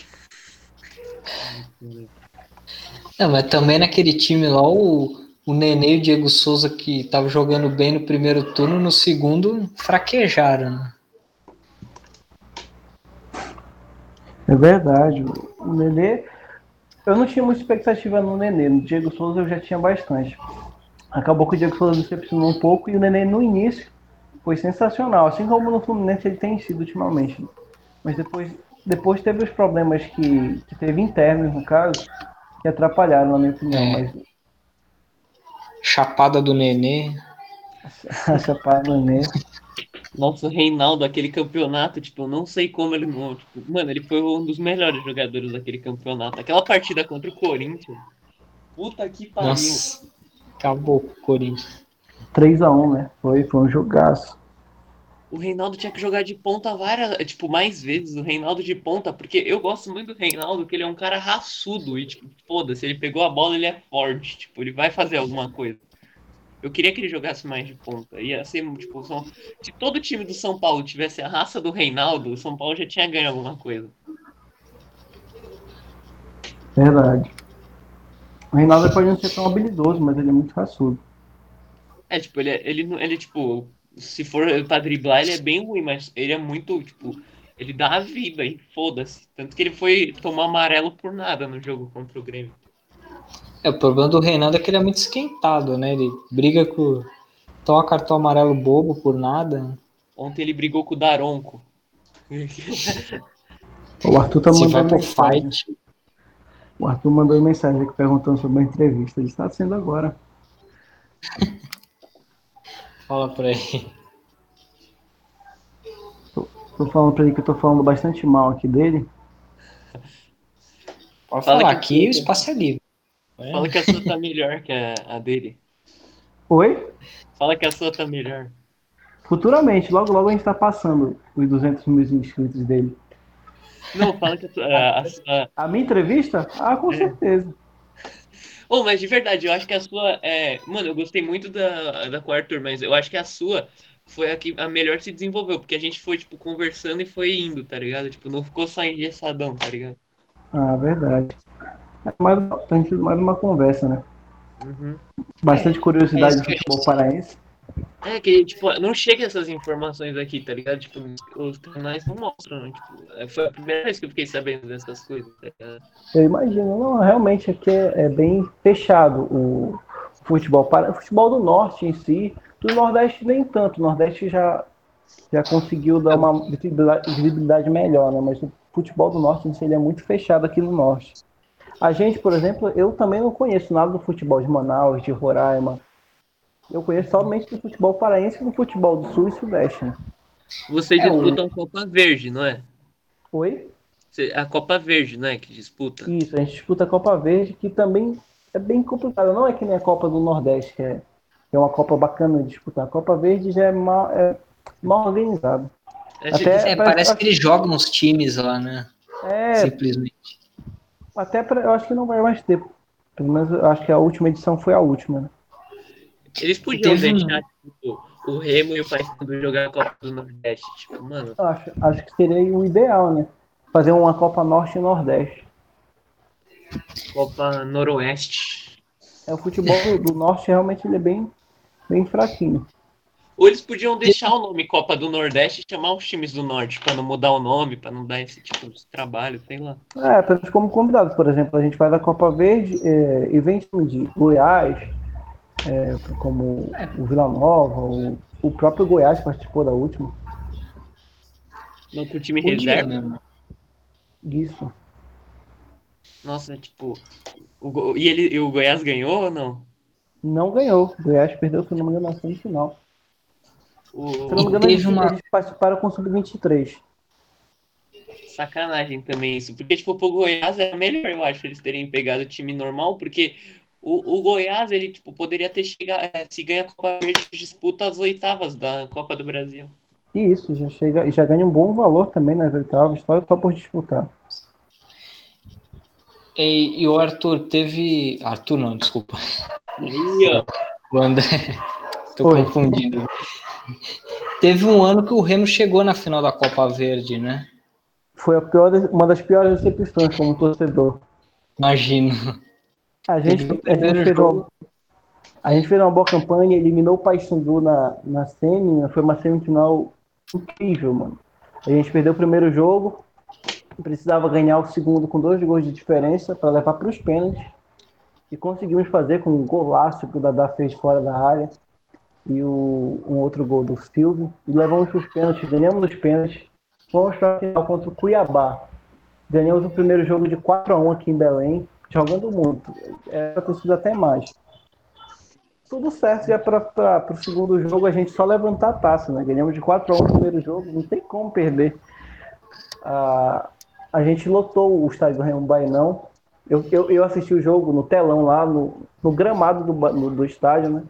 Não, mas também naquele time lá, o Nenê e o Diego Souza, que estavam jogando bem no primeiro turno, no segundo fraquejaram, né? É verdade. O Nenê, eu não tinha muita expectativa no Nenê. No Diego Souza eu já tinha bastante. Acabou que o Diego Souza decepcionou um pouco e o Nenê no início foi sensacional. Assim como no Fluminense ele tem sido ultimamente. Mas depois teve os problemas que teve internos, no caso, que atrapalharam, na minha opinião. É, Mas chapada do Nenê. a Chapada do Nenê. Nossa, o Reinaldo, aquele campeonato, tipo, eu não sei como ele não. Tipo, mano, ele foi um dos melhores jogadores daquele campeonato. Aquela partida contra o Corinthians. Puta que pariu. Nossa, acabou com o Corinthians. 3-1, né? Foi um jogaço. O Reinaldo tinha que jogar de ponta várias, tipo, mais vezes o Reinaldo de ponta, porque eu gosto muito do Reinaldo, que ele é um cara raçudo e, tipo, foda-se, ele pegou a bola, ele é forte, tipo, ele vai fazer alguma coisa. Eu queria que ele jogasse mais de ponta. Ia ser, tipo, se todo time do São Paulo tivesse a raça do Reinaldo, o São Paulo já tinha ganho alguma coisa. Verdade. O Reinaldo pode não ser tão habilidoso, mas ele é muito raçudo. É, tipo, ele, tipo, se for pra driblar, ele é bem ruim, mas ele é muito, tipo, ele dá a vida e foda-se. Tanto que ele foi tomar amarelo por nada no jogo contra o Grêmio. É, o problema do Reinaldo é que ele é muito esquentado, né? Ele briga com. Toma cartão amarelo bobo por nada. Ontem ele brigou com o Daronco. O Arthur tá Se vai mandando pro mensagem. fight. O Arthur mandou mensagem aqui perguntando sobre a entrevista. Ele está sendo agora. Fala pra ele. Tô falando pra ele que eu tô falando bastante mal aqui dele. Pode Fala falar, que, aqui o espaço é livre. fala que a sua tá melhor que a dele. Oi? Fala que a sua tá melhor. Futuramente, logo logo a gente tá passando os 200 mil inscritos dele. Não, fala que a sua. A minha entrevista? Ah, com certeza. Oh, mas de verdade, eu acho que a sua. Mano, eu gostei muito da com o Arthur, mas eu acho que a sua foi a melhor que se desenvolveu, porque a gente foi, tipo, conversando e foi indo, tá ligado? Tipo, não ficou só engessadão, tá ligado? Ah, verdade. Mais uma conversa, né? Uhum. Bastante É curiosidade isso do que a futebol gente. paraense. É que, tipo, não chega essas informações aqui, tá ligado? Tipo, os canais não mostram, né? Tipo, foi a primeira vez que eu fiquei sabendo dessas coisas, tá ligado? Eu imagino, não, realmente aqui é bem fechado o futebol. O futebol do norte em si, do nordeste nem tanto. O nordeste já conseguiu dar uma visibilidade melhor, né? Mas o futebol do norte em si ele é muito fechado aqui no norte. A gente, por exemplo, eu também não conheço nada do futebol de Manaus, de Roraima. Eu conheço somente do futebol paraense e do futebol do sul e sudeste, né? Vocês É, o, disputam a Copa Verde, não é? Oi? A Copa Verde, não é? Que disputa. Isso, a gente disputa a Copa Verde, que também é bem complicada. Não é que nem a Copa do Nordeste, que é uma Copa bacana de disputar. A Copa Verde já mal organizada. Até parece que eles jogam os times lá, né? é, Simplesmente. eu acho que não vai mais ter. Pelo menos eu acho que a última edição foi a última, né? Eles podiam Teve deixar, tipo, o Remo e o Paysandu jogar a Copa do Nordeste. Tipo, mano, Acho que seria o ideal, né? Fazer uma Copa Norte e Nordeste. Copa Noroeste. O futebol do Norte realmente ele é bem fraquinho. Ou eles podiam deixar o nome Copa do Nordeste e chamar os times do Norte, pra não mudar o nome, pra não dar esse tipo de trabalho, sei lá. Apenas como convidado, por exemplo, a gente faz a Copa Verde e vem time de Goiás, como o Vila Nova, o próprio Goiás participou da última. Não pro time Podia, reserva. né? Isso. Nossa, tipo. E o Goiás ganhou ou não? Não ganhou. O Goiás perdeu, se não me engano, na semifinal. Se não me engano, Teve uma. eles participaram com o Sub-23. Sacanagem também isso. Porque, tipo, pro Goiás é melhor, eu acho, eles terem pegado o time normal, porque o Goiás, ele, tipo, poderia ter chegado. Se ganha a Copa Verde, disputa as oitavas da Copa do Brasil. E isso, já ganha um bom valor também nas oitavas, só por disputar. E o Arthur teve. Arthur não, desculpa. Aí, ó. O André. Tô Oi. confundindo. Teve um ano que o Remo chegou na final da Copa Verde, né? Foi uma das piores decepções como torcedor. Imagino. A gente, Teve o a gente primeiro fez uma, jogo. a gente fez uma boa campanha, eliminou o Paysandu na semi, foi uma semifinal incrível, mano. A gente perdeu o primeiro jogo, precisava ganhar o segundo com 2 gols de diferença para levar para os pênaltis. E conseguimos fazer com um golaço que o Dadá fez fora da área e um outro gol do Silvio. E levamos para os pênaltis, ganhamos os pênaltis. Fomos para a final contra o Cuiabá. Ganhamos o primeiro jogo de 4-1 aqui em Belém, jogando muito. Era para ter sido até mais. Tudo certo, já para o segundo jogo a gente só levantar a taça, né? Ganhamos de 4-1 no primeiro jogo, não tem como perder. A gente lotou o estádio do Remo Bainão. Eu assisti o jogo no telão lá, no gramado do estádio, né?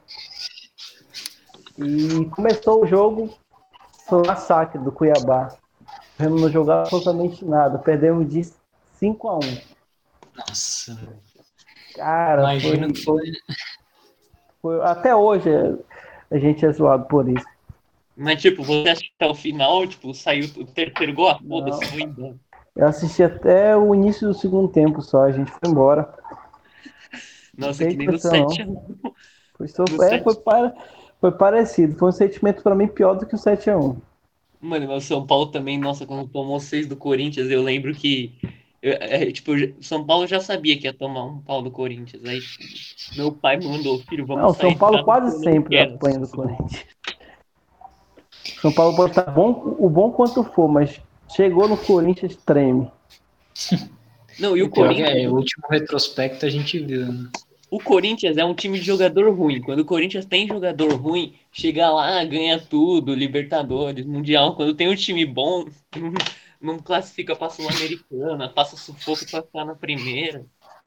E começou o jogo, foi um massacre do Cuiabá. O Remo não jogava absolutamente nada, perdemos de 5-1. Nossa, Cara, imagino que foi. até hoje a gente é zoado por isso. Mas, tipo, você assistiu até o final, tipo, saiu o terceiro gol, foda-se, Não. vou embora. Eu assisti até o início do segundo tempo só, a gente foi embora. Não Nossa, tem que nem no pressão, 7 não. Foi, no 7. foi parecido. Foi um sentimento para mim pior do que o 7-1. Mano, mas o São Paulo também, nossa, quando tomou 6 do Corinthians, eu lembro que, tipo, o São Paulo já sabia que ia tomar um pau do Corinthians. Aí, tipo, meu pai me mandou, filho, Não, vamos o São sair de Paulo casa porque quase eu não sempre quero. apanha do Corinthians. O São Paulo pode estar o bom quanto for, mas chegou no Corinthians, treme. Não, e E o pior que Corinthians, o último retrospecto a gente viu, né? o Corinthians é um time de jogador ruim. Quando o Corinthians tem jogador ruim, chega lá, ganha tudo, Libertadores, Mundial. Quando tem um time bom, não, não classifica pra Sul-Americana, passa sufoco pra ficar na primeira.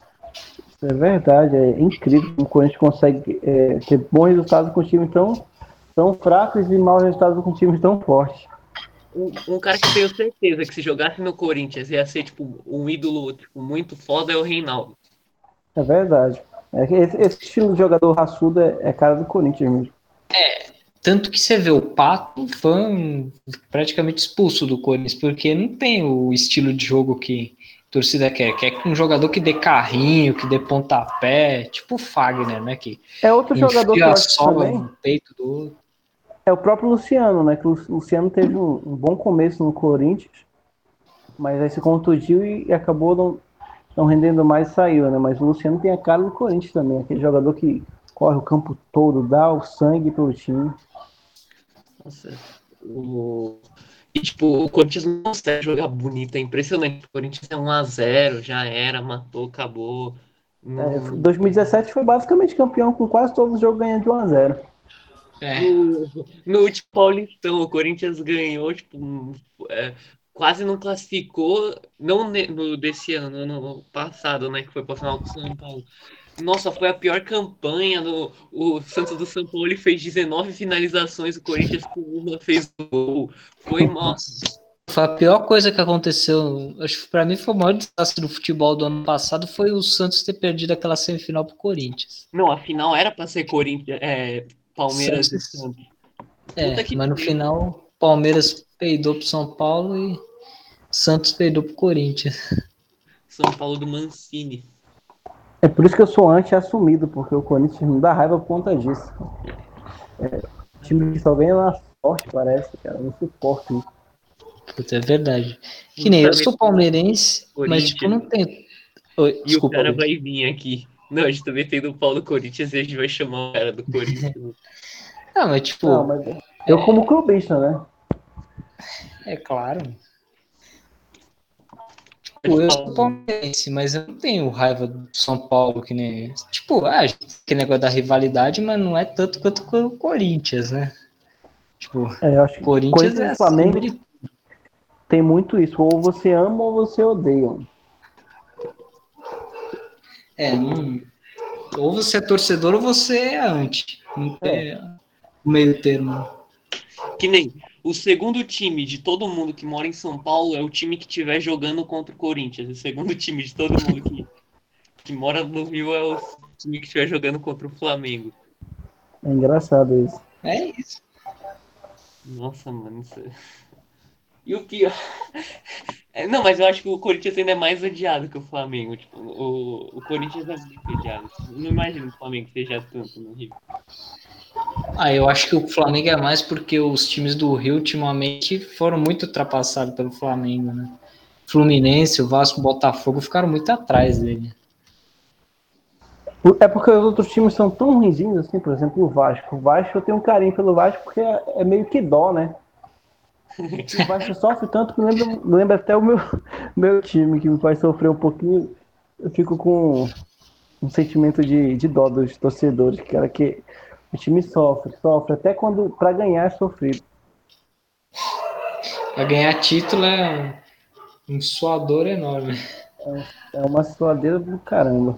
É verdade, é incrível como o Corinthians consegue ter bons resultados com times tão fracos e maus resultados com times tão fortes. Um cara que eu tenho certeza que se jogasse no Corinthians ia ser tipo um ídolo tipo, muito foda é o Reinaldo. É verdade. Esse estilo de jogador raçudo é cara do Corinthians mesmo. Tanto que você vê o Pato foi praticamente expulso do Corinthians, porque não tem o estilo de jogo que a torcida quer. Quer um jogador que dê carrinho, que dê pontapé, tipo o Fagner, né? Que É outro jogador que enfia eu a acho que sola também no peito do outro. é o próprio Luciano, né? Que o Luciano teve um bom começo no Corinthians, mas aí se contundiu e acabou não rendendo mais e saiu, né? Mas o Luciano tem a cara do Corinthians também, aquele jogador que corre o campo todo, dá o sangue pelo time. Nossa, e tipo, o Corinthians não consegue jogar bonito, é impressionante. O Corinthians é 1-0, já era, matou, acabou. Não... 2017 foi basicamente campeão com quase todos os jogos ganhando de 1-0. É, No último Paulistão, o Corinthians ganhou, tipo, quase não classificou, não no desse ano, no passado, né, que foi pra final com o São Paulo. Nossa, foi a pior campanha. O Santos do São Paulo ele fez 19 finalizações, o Corinthians com uma fez gol. Foi, nossa. foi a pior coisa que aconteceu. Acho que pra mim foi o maior desastre do futebol do ano passado foi o Santos ter perdido aquela semifinal pro Corinthians. Não, a final era pra ser Corinthians, Palmeiras e Santos, Santos. Puta que mas no pariu. final Palmeiras peidou pro São Paulo e Santos peidou pro Corinthians. São Paulo do Mancini. É por isso que eu sou anti-assumido, porque o Corinthians me dá raiva por conta disso. Time que só ganha na sorte, parece, cara. Eu não suporto isso. Puta, é verdade. Que Um nem eu também sou palmeirense, mas tipo, Corinthians. não tem. Oi, E o desculpa, cara Luiz. vai vir aqui. Não, a gente também tem do pau do Corinthians e a gente vai chamar o cara do Corinthians. Não, mas Não, tipo, mas eu como clubista, né? é claro. Pode Tipo, eu falar. sou palmeirense, mas eu não tenho raiva do São Paulo, que nem. Tipo, que negócio da rivalidade, mas não é tanto quanto com o Corinthians, né? Tipo, Eu acho que Corinthians é Corinthians e acima Flamengo de. tem muito isso. Ou você ama ou você odeia. Ou você é torcedor ou você é anti. Não É, tem meio termo. Que nem o segundo time de todo mundo que mora em São Paulo é o time que estiver jogando contra o Corinthians. O segundo time de todo mundo que mora no Rio é o time que estiver jogando contra o Flamengo. é engraçado isso. É isso. Nossa, mano. E o pior. Não, mas eu acho que o Corinthians ainda é mais odiado que o Flamengo. Tipo, o Corinthians é muito odiado. Não imagino que o Flamengo seja tanto no Rio. Eu acho que o Flamengo é mais porque os times do Rio ultimamente foram muito ultrapassados pelo Flamengo, né? Fluminense, o Vasco, o Botafogo ficaram muito atrás dele. É porque os outros times são tão ruinzinhos assim, por exemplo, o Vasco. O Vasco, eu tenho um carinho pelo Vasco porque é meio que dó, né? O Vasco sofre tanto que lembra até o meu time, que me faz sofrer um pouquinho. Eu fico com um sentimento de dó dos torcedores, cara, que o time sofre, até quando para ganhar é sofrido. Para ganhar título é um suador enorme. É uma suadeira do caramba.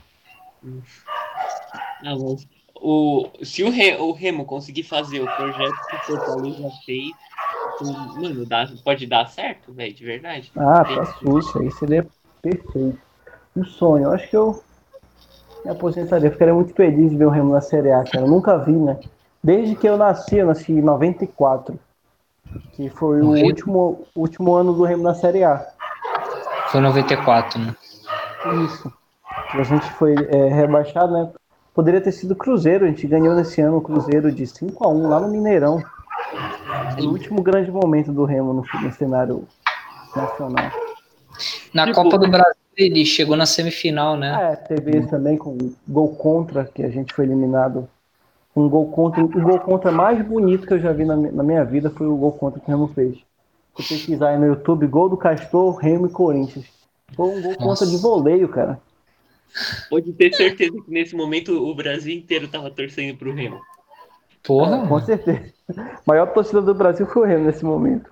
Ah, mas se o Remo conseguir fazer o projeto que o Fortaleza fez, mano, pode dar certo, velho, de verdade. Ah, Tem- tá susto, aí seria perfeito. Um sonho, eu acho que eu me aposentaria, ficaria muito feliz de ver o Remo na Série A, cara. Eu nunca vi, né? Desde que eu nasci em 94, que foi o O Rio último ano do Remo na Série A. foi 94, né? Isso. A gente foi rebaixado, né? Poderia ter sido Cruzeiro, a gente ganhou nesse ano o Cruzeiro de 5-1 lá no Mineirão. Foi o último grande momento do Remo no cenário nacional. Na Tipo, Copa do Brasil ele chegou na semifinal, né? Teve esse também com gol contra, que a gente foi eliminado. Um gol contra, o gol contra mais bonito que eu já vi na minha vida foi o gol contra que o Remo fez. Se pesquisar aí no YouTube, gol do Castor, Remo e Corinthians. Foi um gol contra de Nossa. voleio, cara. pode ter certeza que nesse momento o Brasil inteiro tava torcendo pro Remo. Porra, Com mano. certeza. A maior torcida do Brasil foi o Remo nesse momento.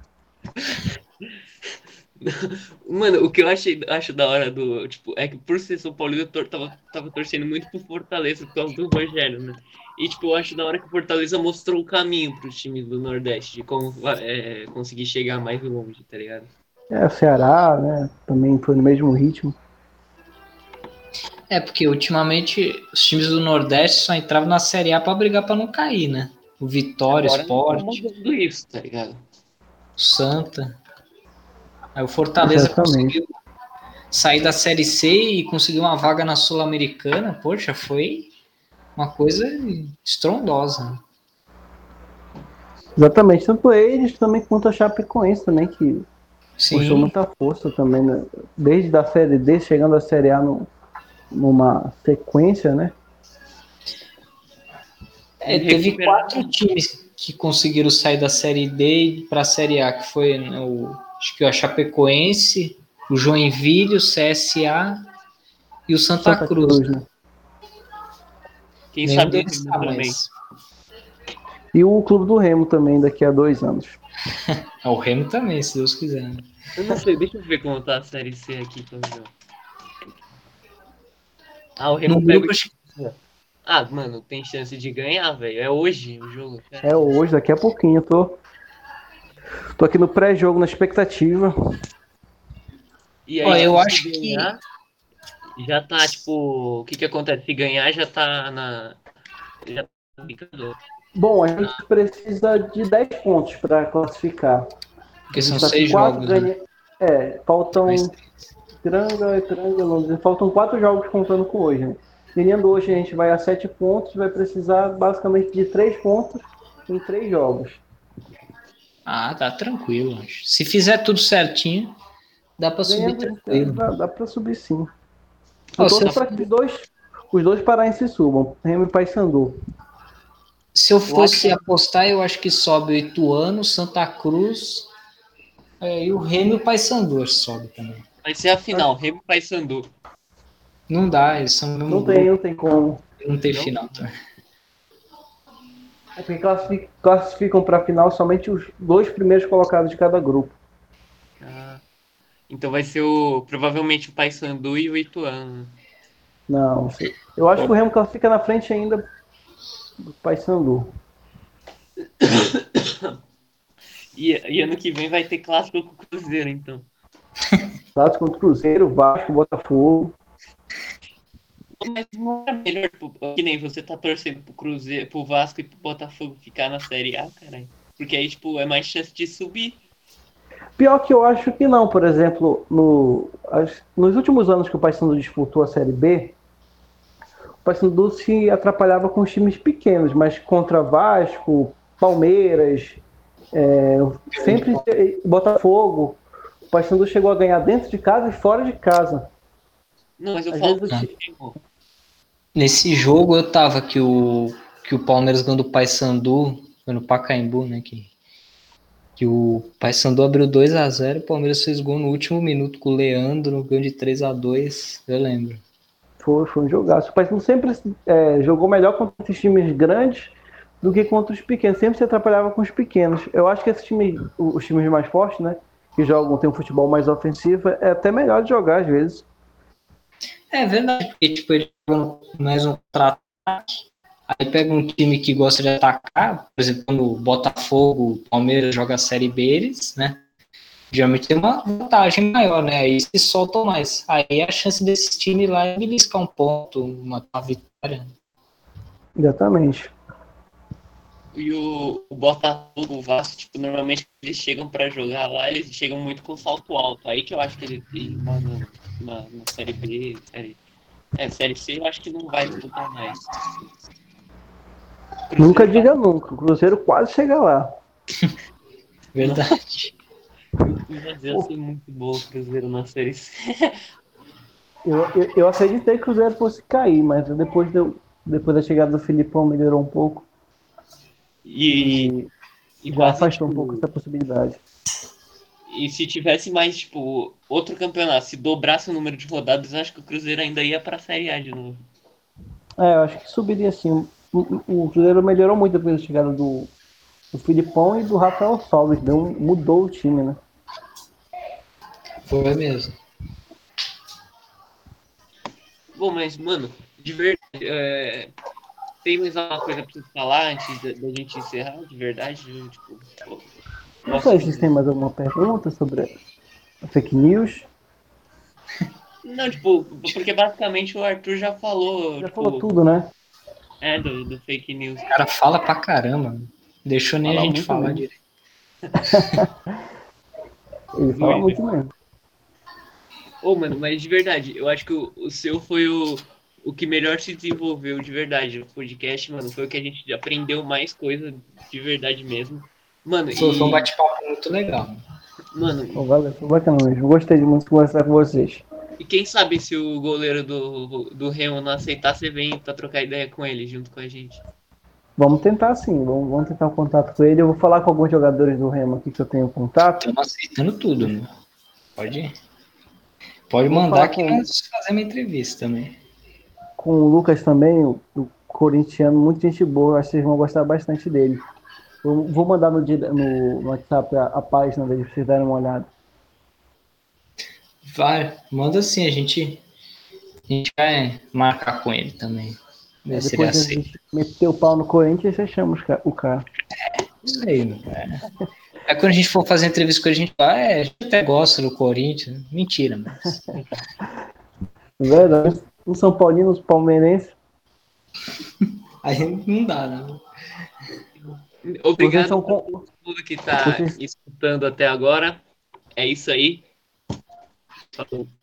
Mano, o que eu acho da hora do. Tipo, é que por ser São Paulo, tava torcendo muito pro Fortaleza por causa do Rogério, né? E, tipo, eu acho da hora que o Fortaleza mostrou o caminho pros times do Nordeste, de como conseguir chegar mais longe, tá ligado? O Ceará, né? Também foi no mesmo ritmo. Porque ultimamente os times do Nordeste só entravam na Série A pra brigar pra não cair, né? O Vitória, Agora não tá Sport, mudando isso, tá ligado? o Santa. Aí o Fortaleza Exatamente. conseguiu sair da Série C e conseguir uma vaga na Sul-Americana. Poxa, foi uma coisa estrondosa. Exatamente. Tanto eles também quanto a Chapecoense também, que mostrou Sim, muita força também, né? Desde a Série D, chegando à Série A numa sequência, né? teve Recuperar. 4 times que conseguiram sair da Série D para a Série A, que foi acho que a Chapecoense, o Joinville, o CSA e o Santa Santa Cruz. Cruz, né? Quem Nenhum sabe o deles Remo está também. mais. E o Clube do Remo também, daqui a 2 anos. O Remo também, se Deus quiser. Eu não sei, deixa eu ver como tá a Série C aqui pra ver. Ah, o No Remo pega grupo, o. acho Ah, mano, tem chance de ganhar, velho. É hoje o jogo. É hoje, daqui a pouquinho. Eu tô aqui no pré-jogo, na expectativa. E aí, tipo, eu se acho que ganhar, já tá, tipo. O que que acontece? Se ganhar, já tá na. Já tá no indicador. Bom, a gente precisa de 10 pontos para classificar. porque A gente são está com 6 4 jogos, né? ganha. Mais Faltam Ipiranga, Londrina. Faltam 4 jogos contando com hoje, né? Ganhando hoje a gente vai a 7 pontos, vai precisar basicamente de 3 pontos em 3 jogos. tá tranquilo. Acho. Se fizer tudo certinho, dá para subir Ganhando, tranquilo. dá para subir sim. Eu Se torço para que os dois paraenses subam, Remo e Paysandu. eu Eu acho fosse que apostar, eu acho que sobe o Ituano, Santa Cruz, e o Remo e o Paysandu sobe também. vai ser a final, Remo e Paysandu. Não dá, eles são no mesmo grupo, Não tem como. não tem Não? final também. É porque classificam para a final somente os 2 primeiros colocados de cada grupo. Ah, então vai ser provavelmente o Paysandu e o Ituano. Não, eu acho que o Remo classifica na frente ainda do Paysandu. E ano que vem vai ter clássico com o Cruzeiro, então. Dados contra o Cruzeiro, Vasco, Botafogo. Mas não é melhor, tipo, que nem você tá torcendo pro Cruzeiro, pro Vasco e pro Botafogo ficar na Série A, caralho. Porque aí, tipo, é mais chance de subir. Pior que eu acho que não. Por exemplo, nos últimos anos que o Paysandu disputou a Série B, o Paysandu se atrapalhava com os times pequenos, mas contra Vasco, Palmeiras, sempre Botafogo, o Paysandu chegou a ganhar dentro de casa e fora de casa. Não, mas eu Às falo vezes que chegou. Nesse jogo eu tava que o Palmeiras ganhou do Paysandu, foi no Pacaembu, né? Que o Paysandu abriu 2-0, o Palmeiras fez gol no último minuto com o Leandro, ganhou de 3-2, eu lembro. Foi um jogaço. O Paysandu sempre jogou melhor contra esses times grandes do que contra os pequenos. Sempre se atrapalhava com os pequenos. Eu acho que os times mais fortes, né? Que jogam, tem um futebol mais ofensivo, é até melhor de jogar às vezes. É verdade, porque tipo, ele joga mais um contra-ataque. Aí pega um time que gosta de atacar, por exemplo, quando o Botafogo, o Palmeiras joga a Série B, eles, né? Geralmente tem uma vantagem maior, né? Aí se soltam mais. Aí a chance desse time lá é beliscar um ponto, uma vitória. Exatamente. E o Botafogo, o Vasco, tipo, normalmente eles chegam pra jogar lá, eles chegam muito com salto alto. Aí que eu acho que eles vão na Série B, Série C, eu acho que não vai disputar mais. Nunca diga nunca. O Cruzeiro quase chega lá. Verdade. Meu Deus, ser muito bom o Cruzeiro na Série C. Eu acreditei que o Cruzeiro fosse cair, mas depois da chegada do Filipão melhorou um pouco E e já quase, afastou um tipo, pouco essa possibilidade. e se tivesse mais, tipo, outro campeonato, se dobrasse o número de rodadas, eu acho que o Cruzeiro ainda ia pra Série A de novo. Eu acho que subiria sim. O Cruzeiro melhorou muito depois da chegada do Filipão e do Rafael Sobis. Mudou o time, né? Foi mesmo. Bom, mas, mano, de verdade, tem mais alguma coisa pra você falar antes da gente encerrar? De verdade, tipo, Não posso sei se vocês ir? têm mais alguma pergunta sobre a fake news. Não, tipo, porque basicamente o Arthur já falou, Já falou tipo, tudo, né? do fake news. O cara fala pra caramba. Deixou nem a Fala gente muito falar mesmo. direito. Ele fala muito mesmo. Ô, mano, mas de verdade, eu acho que o seu foi o que melhor se desenvolveu de verdade. O podcast, mano, foi o que a gente aprendeu mais coisa de verdade mesmo. Mano, Foi um bate-papo muito legal. mano, Valeu, foi bacana mesmo. Gostei de muito conversar com vocês. e quem sabe se o goleiro do Remo não aceitar, você vem pra trocar ideia com ele junto com a gente. Vamos tentar sim, vamos tentar o contato com ele. Eu vou falar com alguns jogadores do Remo aqui que eu tenho contato. Estamos aceitando tudo, né? Pode Vou mandar falar que nós fazemos entrevista também. com o Lucas também, o corintiano, muito gente boa. Acho que vocês vão gostar bastante dele. Eu vou mandar no WhatsApp a página dele pra vocês darem uma olhada. Vai, manda sim, a gente vai marcar com ele também. Ver se ele Depois de a aceita. gente meter o pau no Corinthians, você chama o cara. Isso aí, meu cara. Aí quando a gente for fazer entrevista com ele, a gente fala, a gente até gosta do Corinthians. Mentira, mas. Verdade. Um São Paulino, os palmeirenses. Aí não dá, né? Vocês Obrigado são a todo mundo que tá vocês escutando até agora. É isso aí. Falou.